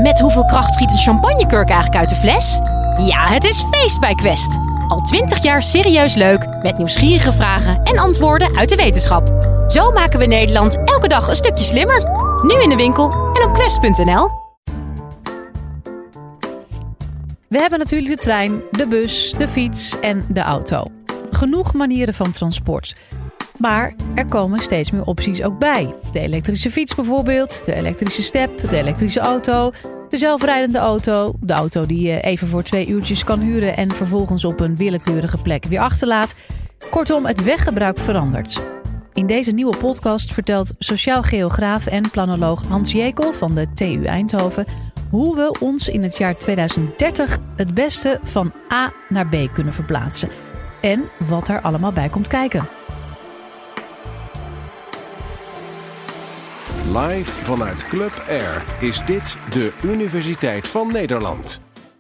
Met hoeveel kracht schiet een champagnekurk eigenlijk uit de fles? Ja, het is feest bij Quest. Al 20 jaar serieus leuk, met nieuwsgierige vragen en antwoorden uit de wetenschap. Zo maken we Nederland elke dag een stukje slimmer. Nu in de winkel en op quest.nl. We hebben natuurlijk de trein, de bus, de fiets en de auto. Genoeg manieren van transport. Maar er komen steeds meer opties ook bij. De elektrische fiets bijvoorbeeld, de elektrische step, de elektrische auto, de zelfrijdende auto, de auto die je even voor 2 uurtjes kan huren en vervolgens op een willekeurige plek weer achterlaat. Kortom, het weggebruik verandert. In deze nieuwe podcast vertelt sociaal geograaf en planoloog Hans Jekel van de TU Eindhoven hoe we ons in het jaar 2030 het beste van A naar B kunnen verplaatsen. En wat er allemaal bij komt kijken. Live vanuit Club Air is dit de Universiteit van Nederland.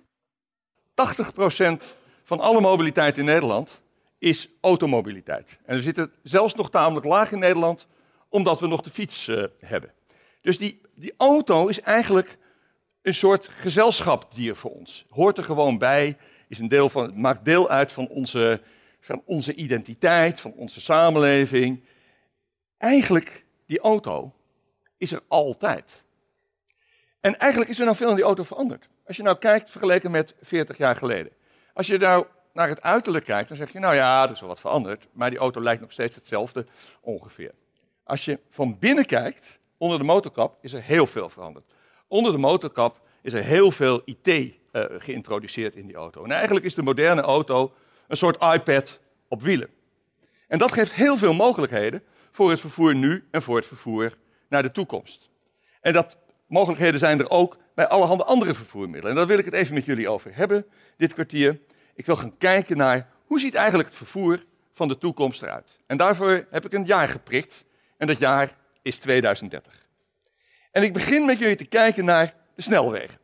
80% van alle mobiliteit in Nederland is automobiliteit. En we zitten zelfs nog tamelijk laag in Nederland, omdat we nog de fiets hebben. Dus die auto is eigenlijk een soort gezelschapsdier voor ons. Hoort er gewoon bij, is een deel van, maakt deel uit van onze identiteit, van onze samenleving. Eigenlijk, die auto is er altijd. En eigenlijk is er nou veel aan die auto veranderd. Als je nou kijkt, vergeleken met 40 jaar geleden. Als je nou naar het uiterlijk kijkt, dan zeg je, nou ja, er is wel wat veranderd, maar die auto lijkt nog steeds hetzelfde ongeveer. Als je van binnen kijkt, onder de motorkap, is er heel veel veranderd. Onder de motorkap is er heel veel IT geïntroduceerd in die auto. En eigenlijk is de moderne auto een soort iPad op wielen. En dat geeft heel veel mogelijkheden voor het vervoer nu en voor het vervoer naar de toekomst. En dat mogelijkheden zijn er ook bij allerhande andere vervoermiddelen. En daar wil ik het even met jullie over hebben, dit kwartier. Ik wil gaan kijken naar hoe ziet eigenlijk het vervoer van de toekomst eruit. En daarvoor heb ik een jaar geprikt. En dat jaar is 2030. En ik begin met jullie te kijken naar de snelwegen.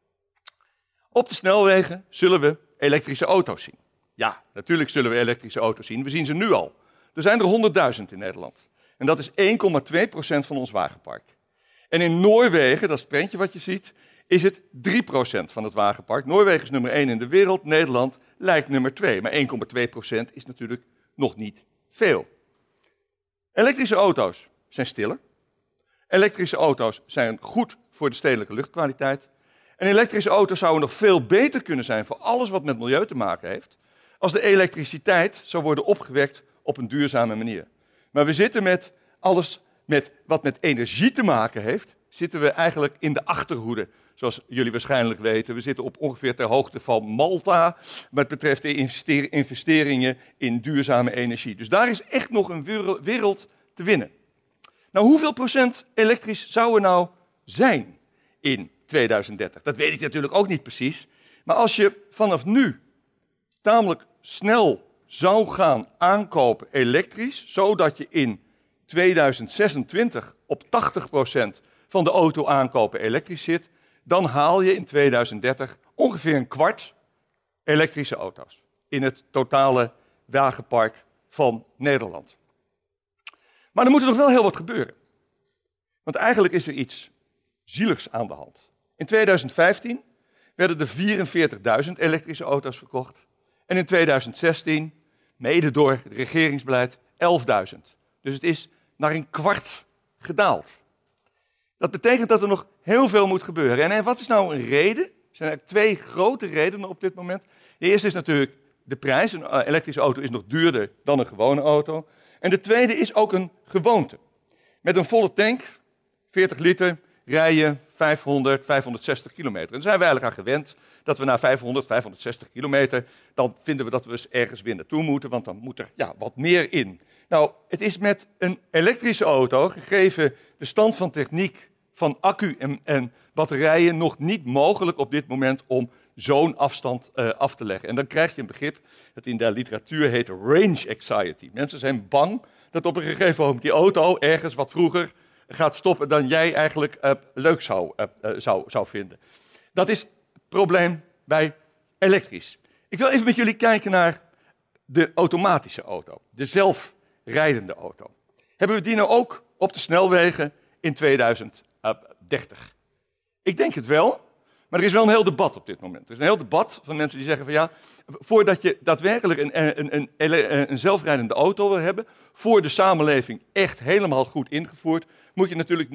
Op de snelwegen zullen we elektrische auto's zien. Ja, natuurlijk zullen we elektrische auto's zien. We zien ze nu al. Er zijn er 100.000 in Nederland. En dat is 1,2% van ons wagenpark. En in Noorwegen, dat is het prentje wat je ziet, is het 3% van het wagenpark. Noorwegen is nummer 1 in de wereld, Nederland lijkt nummer 2. Maar 1,2% is natuurlijk nog niet veel. Elektrische auto's zijn stiller. Elektrische auto's zijn goed voor de stedelijke luchtkwaliteit. En elektrische auto's zouden nog veel beter kunnen zijn voor alles wat met milieu te maken heeft, als de elektriciteit zou worden opgewekt op een duurzame manier. Maar we zitten met alles wat met energie te maken heeft, zitten we eigenlijk in de achterhoede, zoals jullie waarschijnlijk weten. We zitten op ongeveer ter hoogte van Malta, wat betreft de investeringen in duurzame energie. Dus daar is echt nog een wereld te winnen. Nou, hoeveel procent elektrisch zou er nou zijn in 2030? Dat weet ik natuurlijk ook niet precies. Maar als je vanaf nu tamelijk snel zou gaan aankopen elektrisch, zodat je in 2026 op 80% van de auto aankopen elektrisch zit, dan haal je in 2030 ongeveer een kwart elektrische auto's in het totale wagenpark van Nederland. Maar er moet er nog wel heel wat gebeuren. Want eigenlijk is er iets zieligs aan de hand. In 2015 werden er 44.000 elektrische auto's verkocht. En in 2016, mede door het regeringsbeleid, 11.000. Dus het is naar een kwart gedaald. Dat betekent dat er nog heel veel moet gebeuren. En wat is nou een reden? Er zijn eigenlijk 2 grote redenen op dit moment. De eerste is natuurlijk de prijs. Een elektrische auto is nog duurder dan een gewone auto. En de tweede is ook een gewoonte. Met een volle tank, 40 liter, rij je 500, 560 kilometer. En daar zijn we eigenlijk aan gewend dat we na 500, 560 kilometer, dan vinden we dat we eens ergens weer naartoe moeten, want dan moet er wat meer in. Nou, het is met een elektrische auto, gegeven de stand van techniek van accu en batterijen, nog niet mogelijk op dit moment om zo'n afstand af te leggen. En dan krijg je een begrip dat in de literatuur heet range anxiety. Mensen zijn bang dat op een gegeven moment die auto ergens wat vroeger gaat stoppen dan jij eigenlijk leuk zou vinden. Dat is het probleem bij elektrisch. Ik wil even met jullie kijken naar de automatische auto, de zelfrijdende auto. Hebben we die nou ook op de snelwegen in 2030? Ik denk het wel, Maar er is wel een heel debat op dit moment. Er is een heel debat van mensen die zeggen van ja, voordat je daadwerkelijk een zelfrijdende auto wil hebben, voor de samenleving echt helemaal goed ingevoerd, moet je natuurlijk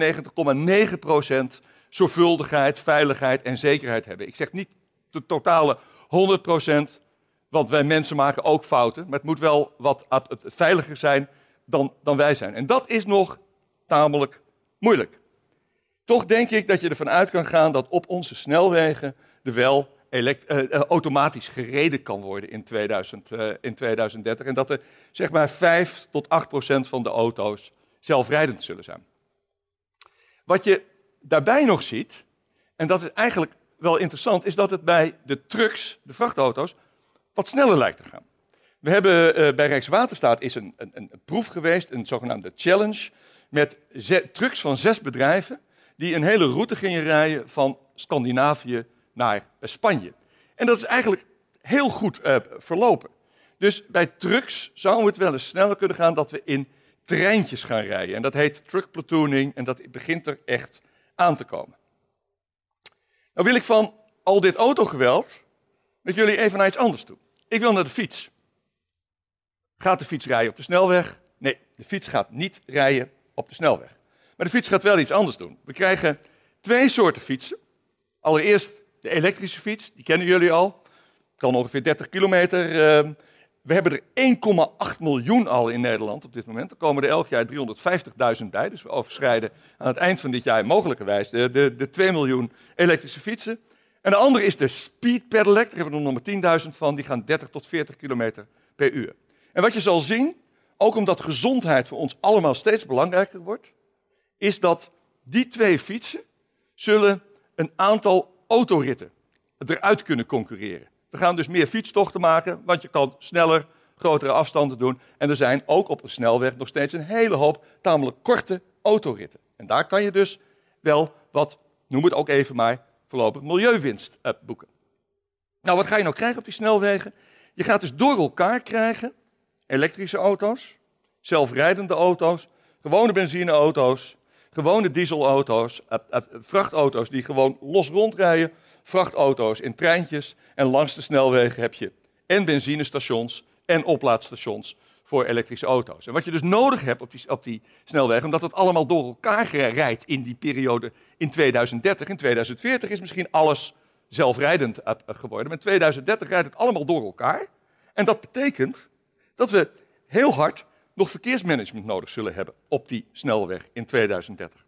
99,9% zorgvuldigheid, veiligheid en zekerheid hebben. Ik zeg niet de totale 100%, want wij mensen maken ook fouten, maar het moet wel wat veiliger zijn dan wij zijn. En dat is nog tamelijk moeilijk. Toch denk ik dat je ervan uit kan gaan dat op onze snelwegen er wel automatisch gereden kan worden in 2030. En dat er zeg maar 5 tot 8% van de auto's zelfrijdend zullen zijn. Wat je daarbij nog ziet, en dat is eigenlijk wel interessant, is dat het bij de trucks, de vrachtauto's, wat sneller lijkt te gaan. We hebben bij Rijkswaterstaat is een proef geweest, een zogenaamde challenge, met trucks van 6 bedrijven die een hele route gingen rijden van Scandinavië naar Spanje. En dat is eigenlijk heel goed verlopen. Dus bij trucks zou het wel eens sneller kunnen gaan dat we in treintjes gaan rijden. En dat heet truckplatooning en dat begint er echt aan te komen. Nou wil ik van al dit autogeweld met jullie even naar iets anders toe. Ik wil naar de fiets. Gaat de fiets rijden op de snelweg? Nee, de fiets gaat niet rijden op de snelweg. Maar de fiets gaat wel iets anders doen. We krijgen 2 soorten fietsen. Allereerst de elektrische fiets, die kennen jullie al. Kan ongeveer 30 kilometer. We hebben er 1,8 miljoen al in Nederland op dit moment. Er komen er elk jaar 350.000 bij. Dus we overschrijden aan het eind van dit jaar mogelijkerwijs de 2 miljoen elektrische fietsen. En de andere is de speed pedelec. Daar hebben we er nog maar 10.000 van. Die gaan 30 tot 40 kilometer per uur. En wat je zal zien, ook omdat gezondheid voor ons allemaal steeds belangrijker wordt, is dat die 2 fietsen zullen een aantal autoritten eruit kunnen concurreren. We gaan dus meer fietstochten maken, want je kan sneller, grotere afstanden doen. En er zijn ook op de snelweg nog steeds een hele hoop tamelijk korte autoritten. En daar kan je dus wel wat, noem het ook even maar, voorlopig milieuwinst boeken. Nou, wat ga je nou krijgen op die snelwegen? Je gaat dus door elkaar krijgen elektrische auto's, zelfrijdende auto's, gewone benzineauto's, gewone dieselauto's, vrachtauto's die gewoon los rondrijden, vrachtauto's in treintjes. En langs de snelwegen heb je en benzinestations en oplaadstations voor elektrische auto's. En wat je dus nodig hebt op die snelwegen, omdat het allemaal door elkaar rijdt in die periode in 2030. In 2040 is misschien alles zelfrijdend geworden, maar in 2030 rijdt het allemaal door elkaar. En dat betekent dat we heel hard nog verkeersmanagement nodig zullen hebben op die snelweg in 2030.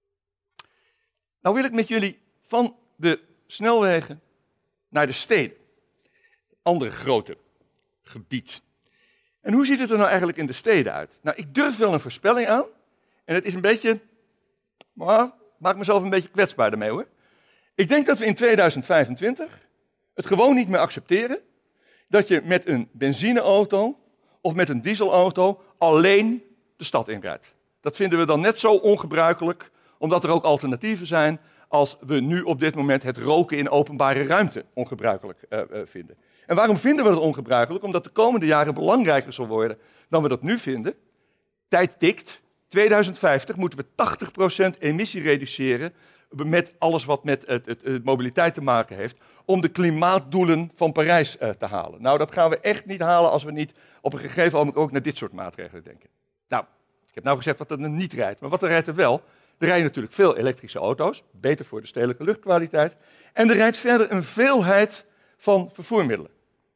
Nou wil ik met jullie van de snelwegen naar de steden. Andere grote gebied. En hoe ziet het er nou eigenlijk in de steden uit? Nou, ik durf wel een voorspelling aan. En het is een beetje, maar maak mezelf een beetje kwetsbaar daarmee hoor. Ik denk dat we in 2025 het gewoon niet meer accepteren dat je met een benzineauto of met een dieselauto alleen de stad inrijdt. Dat vinden we dan net zo ongebruikelijk, omdat er ook alternatieven zijn als we nu op dit moment het roken in openbare ruimte ongebruikelijk vinden. En waarom vinden we dat ongebruikelijk? Omdat de komende jaren belangrijker zal worden dan we dat nu vinden. Tijd tikt. 2050 moeten we 80% emissie reduceren met alles wat met het mobiliteit te maken heeft, om de klimaatdoelen van Parijs te halen. Nou, dat gaan we echt niet halen als we niet op een gegeven moment ook naar dit soort maatregelen denken. Nou, ik heb nou gezegd wat er niet rijdt, maar wat er rijdt er wel? Er rijden natuurlijk veel elektrische auto's, beter voor de stedelijke luchtkwaliteit. En er rijdt verder een veelheid van vervoermiddelen.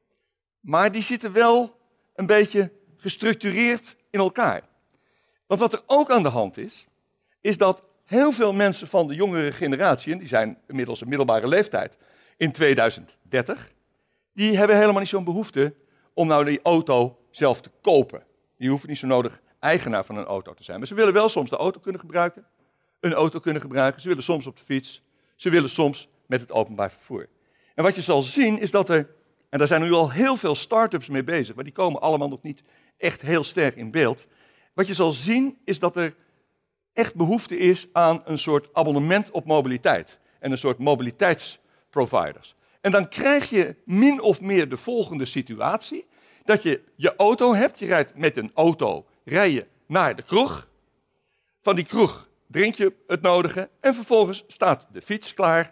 Maar die zitten wel een beetje gestructureerd in elkaar. Want wat er ook aan de hand is dat heel veel mensen van de jongere generatie, en die zijn inmiddels een middelbare leeftijd in 2030, die hebben helemaal niet zo'n behoefte om nou die auto zelf te kopen. Die hoeven niet zo nodig eigenaar van een auto te zijn. Maar ze willen wel soms de auto kunnen gebruiken, een auto kunnen gebruiken. Ze willen soms op de fiets, ze willen soms met het openbaar vervoer. En wat je zal zien is dat er, en daar zijn nu al heel veel start-ups mee bezig, maar die komen allemaal nog niet echt heel sterk in beeld. Wat je zal zien is dat er echt behoefte is aan een soort abonnement op mobiliteit en een soort mobiliteitsproviders. En dan krijg je min of meer de volgende situatie, dat je je auto hebt, je rijdt met een auto, rij je naar de kroeg, van die kroeg drink je het nodige en vervolgens staat de fiets klaar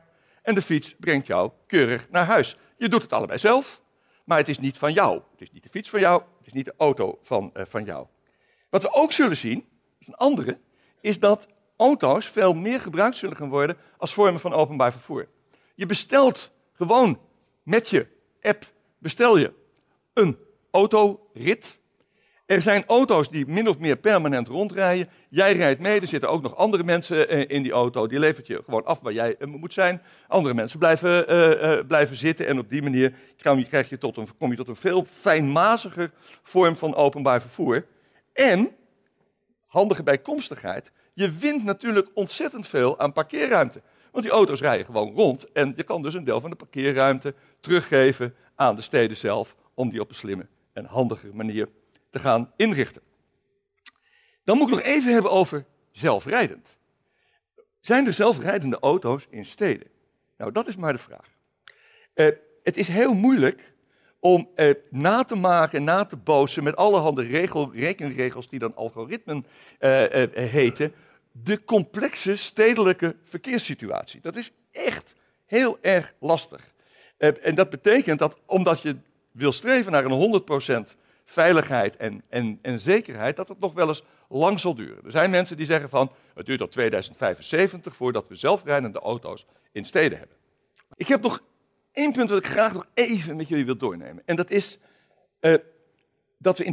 en de fiets brengt jou keurig naar huis. Je doet het allebei zelf, maar het is niet van jou. Het is niet de fiets van jou, het is niet de auto van jou. Wat we ook zullen zien, dat is een andere, is dat auto's veel meer gebruikt zullen gaan worden als vormen van openbaar vervoer. Je bestelt gewoon met je app, bestel je een autorit. Er zijn auto's die min of meer permanent rondrijden. Jij rijdt mee, er zitten ook nog andere mensen in die auto. Die levert je gewoon af waar jij moet zijn. Andere mensen blijven zitten en op die manier kom je tot een veel fijnmaziger vorm van openbaar vervoer. En, handige bijkomstigheid, je wint natuurlijk ontzettend veel aan parkeerruimte. Want die auto's rijden gewoon rond en je kan dus een deel van de parkeerruimte teruggeven aan de steden zelf om die op een slimme en handige manier te gaan inrichten. Dan moet ik nog even hebben over zelfrijdend. Zijn er zelfrijdende auto's in steden? Nou, dat is maar de vraag. Het is heel moeilijk om na te maken en na te bootsen met allerhande rekenregels die dan algoritmen heten, de complexe stedelijke verkeerssituatie. Dat is echt heel erg lastig. En dat betekent dat omdat je wil streven naar een 100% veiligheid en zekerheid, dat het nog wel eens lang zal duren. Er zijn mensen die zeggen van, het duurt tot 2075 voordat we zelfrijdende auto's in steden hebben. Ik heb nog één punt dat ik graag nog even met jullie wil doornemen. En dat is dat we in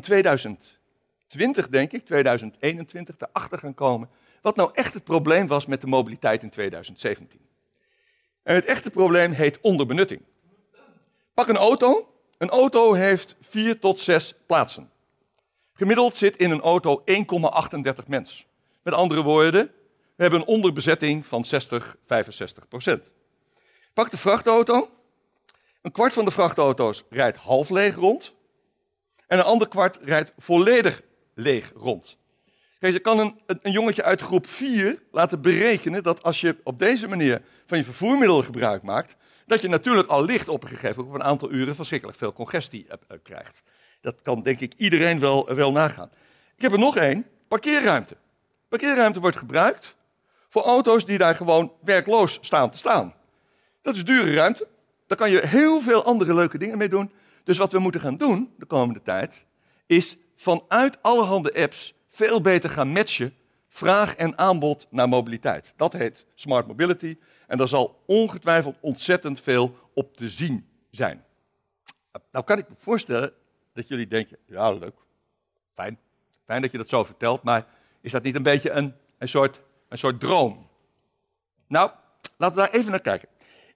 2020, denk ik, 2021, erachter gaan komen wat nou echt het probleem was met de mobiliteit in 2017. En het echte probleem heet onderbenutting. Pak een auto. Een auto heeft 4 tot 6 plaatsen. Gemiddeld zit in een auto 1,38 mens. Met andere woorden, we hebben een onderbezetting van 60-65%. Pak de vrachtauto. Een kwart van de vrachtauto's rijdt half leeg rond. En een ander kwart rijdt volledig leeg rond. Kijk, je kan een jongetje uit groep 4 laten berekenen dat als je op deze manier van je vervoermiddelen gebruik maakt, dat je natuurlijk al licht op een gegeven moment op een aantal uren verschrikkelijk veel congestie krijgt. Dat kan denk ik iedereen wel nagaan. Ik heb er nog één, parkeerruimte. Parkeerruimte wordt gebruikt voor auto's die daar gewoon werkloos staan te staan. Dat is dure ruimte. Daar kan je heel veel andere leuke dingen mee doen. Dus wat we moeten gaan doen de komende tijd, is vanuit allerhande apps veel beter gaan matchen vraag en aanbod naar mobiliteit. Dat heet smart mobility en daar zal ongetwijfeld ontzettend veel op te zien zijn. Nou kan ik me voorstellen dat jullie denken, ja leuk, fijn dat je dat zo vertelt, maar is dat niet een beetje een soort droom? Nou, laten we daar even naar kijken.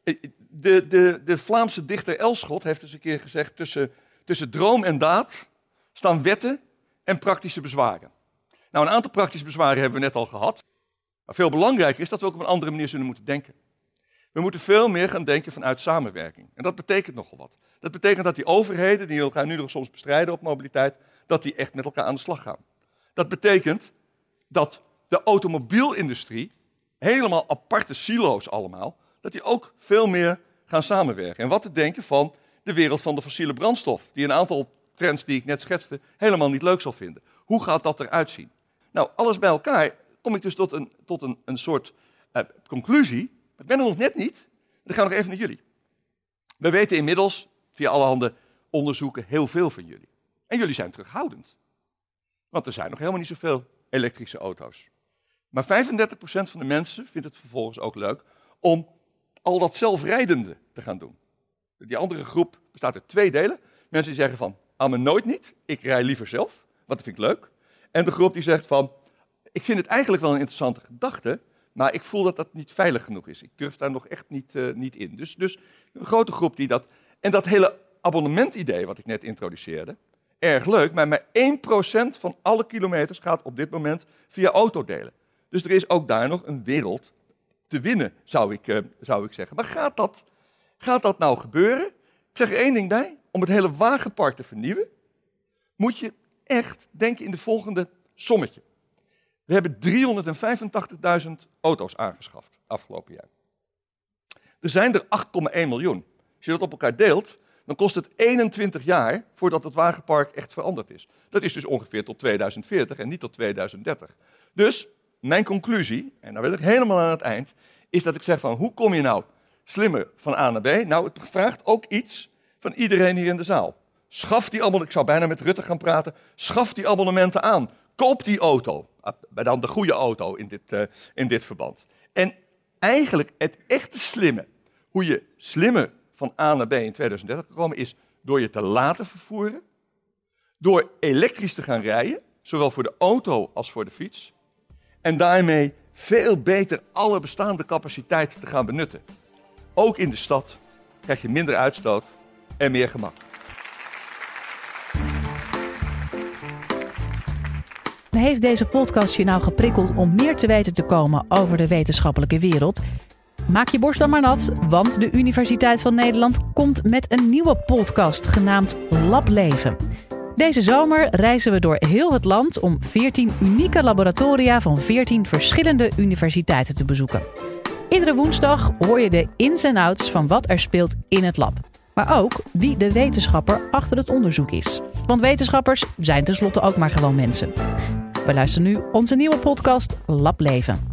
De Vlaamse dichter Elschot heeft eens een keer gezegd, tussen droom en daad staan wetten en praktische bezwaren. Nou, een aantal praktische bezwaren hebben we net al gehad. Maar veel belangrijker is dat we ook op een andere manier zullen moeten denken. We moeten veel meer gaan denken vanuit samenwerking. En dat betekent nogal wat. Dat betekent dat die overheden, die elkaar nu nog soms bestrijden op mobiliteit, dat die echt met elkaar aan de slag gaan. Dat betekent dat de automobielindustrie, helemaal aparte silo's allemaal, dat die ook veel meer gaan samenwerken. En wat te denken van de wereld van de fossiele brandstof, die een aantal trends die ik net schetste helemaal niet leuk zal vinden. Hoe gaat dat eruit zien? Nou, alles bij elkaar kom ik dus tot een soort conclusie. Ik ben er nog net niet. Dan ga ik nog even naar jullie. We weten inmiddels, via allerhande onderzoeken, heel veel van jullie. En jullie zijn terughoudend. Want er zijn nog helemaal niet zoveel elektrische auto's. Maar 35% van de mensen vindt het vervolgens ook leuk om al dat zelfrijdende te gaan doen. Die andere groep bestaat uit 2 delen. Mensen die zeggen van, me nooit niet, ik rij liever zelf, want dat vind ik leuk. En de groep die zegt van, ik vind het eigenlijk wel een interessante gedachte, maar ik voel dat dat niet veilig genoeg is. Ik durf daar nog echt niet in. Dus een grote groep die dat... En dat hele abonnementidee wat ik net introduceerde, erg leuk, maar 1% van alle kilometers gaat op dit moment via autodelen. Dus er is ook daar nog een wereld te winnen, zou ik zeggen. Maar gaat dat nou gebeuren? Ik zeg er 1 ding bij. Om het hele wagenpark te vernieuwen, moet je echt denken in de volgende sommetje. We hebben 385.000 auto's aangeschaft afgelopen jaar. Er zijn er 8,1 miljoen. Als je dat op elkaar deelt, dan kost het 21 jaar voordat het wagenpark echt veranderd is. Dat is dus ongeveer tot 2040 en niet tot 2030. Dus mijn conclusie, en dan ben ik helemaal aan het eind, is dat ik zeg van hoe kom je nou slimmer van A naar B? Nou, het vraagt ook iets van iedereen hier in de zaal. Schaf die abonnementen, ik zou bijna met Rutte gaan praten, schaf die abonnementen aan. Koop die auto, dan de goede auto in dit verband. En eigenlijk het echte slimme, hoe je slimmer van A naar B in 2030 kan komen, is door je te laten vervoeren, door elektrisch te gaan rijden, zowel voor de auto als voor de fiets, en daarmee veel beter alle bestaande capaciteiten te gaan benutten. Ook in de stad krijg je minder uitstoot en meer gemak. Heeft deze podcast je nou geprikkeld om meer te weten te komen over de wetenschappelijke wereld? Maak je borst dan maar nat, want de Universiteit van Nederland komt met een nieuwe podcast genaamd Lableven. Deze zomer reizen we door heel het land om 14 unieke laboratoria van 14 verschillende universiteiten te bezoeken. Iedere woensdag hoor je de ins en outs van wat er speelt in het lab. Maar ook wie de wetenschapper achter het onderzoek is. Want wetenschappers zijn tenslotte ook maar gewoon mensen. We luisteren nu onze nieuwe podcast Lableven.